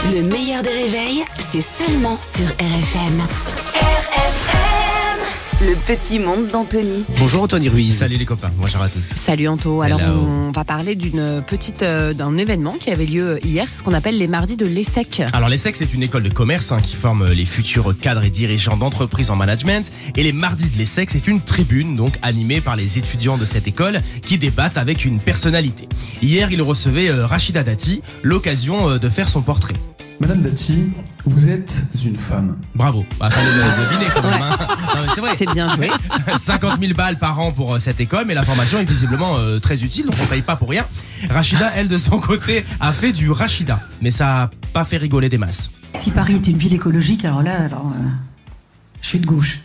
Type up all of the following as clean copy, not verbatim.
Le meilleur des réveils, c'est seulement sur RFM. RFM, le petit monde d'Anthony. Bonjour Anthony Ruiz. Salut les copains, bonjour à tous. Salut Anto. Alors Hello. on va parler d'un événement qui avait lieu hier, c'est ce qu'on appelle les mardis de l'ESSEC. Alors l'ESSEC, c'est une école de commerce qui forme les futurs cadres et dirigeants d'entreprises en management. Et les mardis de l'ESSEC, c'est une tribune donc animée par les étudiants de cette école qui débattent avec une personnalité. Hier, ils recevaient Rachida Dati, l'occasion de faire son portrait. Madame Dati, vous êtes une femme. Bravo, fallait le deviner quand même. Hein. Non, mais c'est vrai. C'est bien joué. 50 000 balles par an pour cette école, mais la formation est visiblement très utile, donc on paye pas pour rien. Rachida, elle, de son côté, a fait du Rachida, mais ça a pas fait rigoler des masses. Si Paris est une ville écologique, je suis de gauche.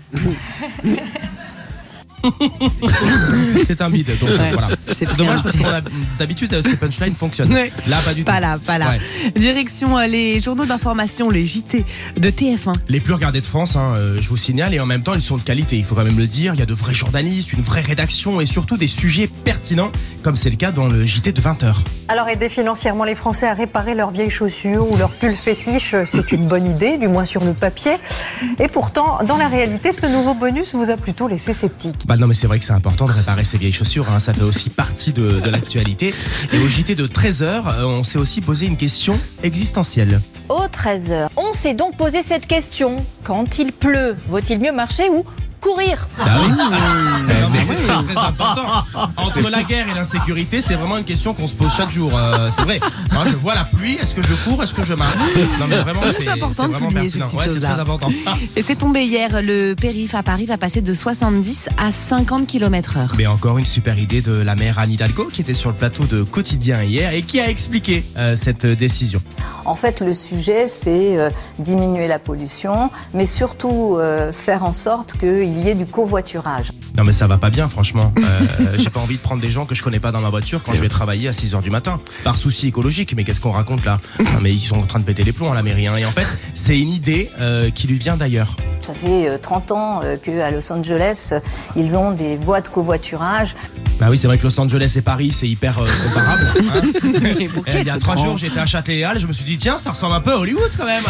C'est un bide, donc voilà. C'est dommage parce qu'on a d'habitude ces punchlines fonctionnent. Ouais. Là, pas du tout. Pas là. Ouais. Direction les journaux d'information, les JT de TF1. Les plus regardés de France, je vous signale, et en même temps, ils sont de qualité. Il faut quand même le dire. Il y a de vrais journalistes, une vraie rédaction et surtout des sujets pertinents, comme c'est le cas dans le JT de 20h. Alors aider financièrement les Français à réparer leurs vieilles chaussures ou leurs pulls fétiches, c'est une bonne idée, du moins sur le papier. Et pourtant, dans la réalité, ce nouveau bonus vous a plutôt laissé sceptique. Non mais c'est vrai que c'est important de réparer ses vieilles chaussures, ça fait aussi partie de l'actualité. Et au JT de 13h, on s'est aussi posé une question existentielle. Au 13h, on s'est donc posé cette question. Quand il pleut, vaut-il mieux marcher ou courir? Ah oui. Non mais c'est très, très important. Entre la guerre et l'insécurité, c'est vraiment une question qu'on se pose chaque jour. C'est vrai. Moi, je vois la pluie, est-ce que je cours, est-ce que je marche? Non mais vraiment, c'est important de vraiment souligner ces pertinent. petites Ouais, c'est choses-là. très important. Et c'est tombé hier, le périph' à Paris va passer de 70 à 50 km/h. Mais encore une super idée de la maire Anne Hidalgo qui était sur le plateau de Quotidien hier et qui a expliqué cette décision. En fait, le sujet, c'est diminuer la pollution, mais surtout faire en sorte qu'il y ait du covoiturage. Non mais ça va pas bien franchement. J'ai pas envie de prendre des gens que je connais pas dans ma voiture quand je vais travailler à 6h du matin. Par souci écologique, mais qu'est-ce qu'on raconte là? Non mais ils sont en train de péter les plombs à la mairie. Et en fait, c'est une idée qui lui vient d'ailleurs. Ça fait 30 ans qu'à Los Angeles, ils ont des voies de covoiturage. Bah oui, c'est vrai que Los Angeles et Paris, c'est hyper comparable. Mais pour qui Il y a elle 3 se jours, prend j'étais à Châtelet-Les-Halles, je me suis dit tiens, ça ressemble un peu à Hollywood quand même.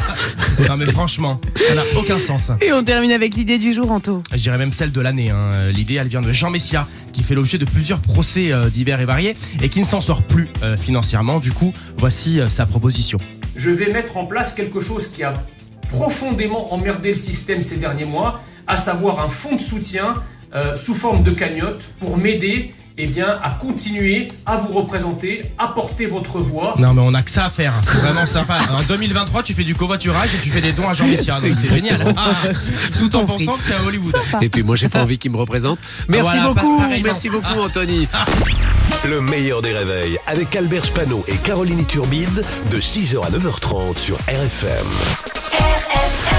Non mais franchement, ça n'a aucun sens. Et on termine avec l'idée du jour, Anto. Je dirais même celle de l'année. L'idée, elle vient de Jean Messia, qui fait l'objet de plusieurs procès divers et variés et qui ne s'en sort plus financièrement. Du coup, voici sa proposition. Je vais mettre en place quelque chose qui a profondément emmerdé le système ces derniers mois, à savoir un fonds de soutien sous forme de cagnotte pour m'aider à continuer à vous représenter, à porter votre voix. Non mais on a que ça à faire, c'est vraiment sympa. En 2023, tu fais du covoiturage et tu fais des dons à Jean Messia, donc c'est génial. Tout en pensant que t'es à Hollywood. Et puis moi j'ai pas envie qu'il me représente. Merci Voilà, beaucoup, pareillement. merci beaucoup Anthony. Le meilleur des réveils avec Albert Spano et Caroline Turbide de 6h à 9h30 sur RFM. RFM.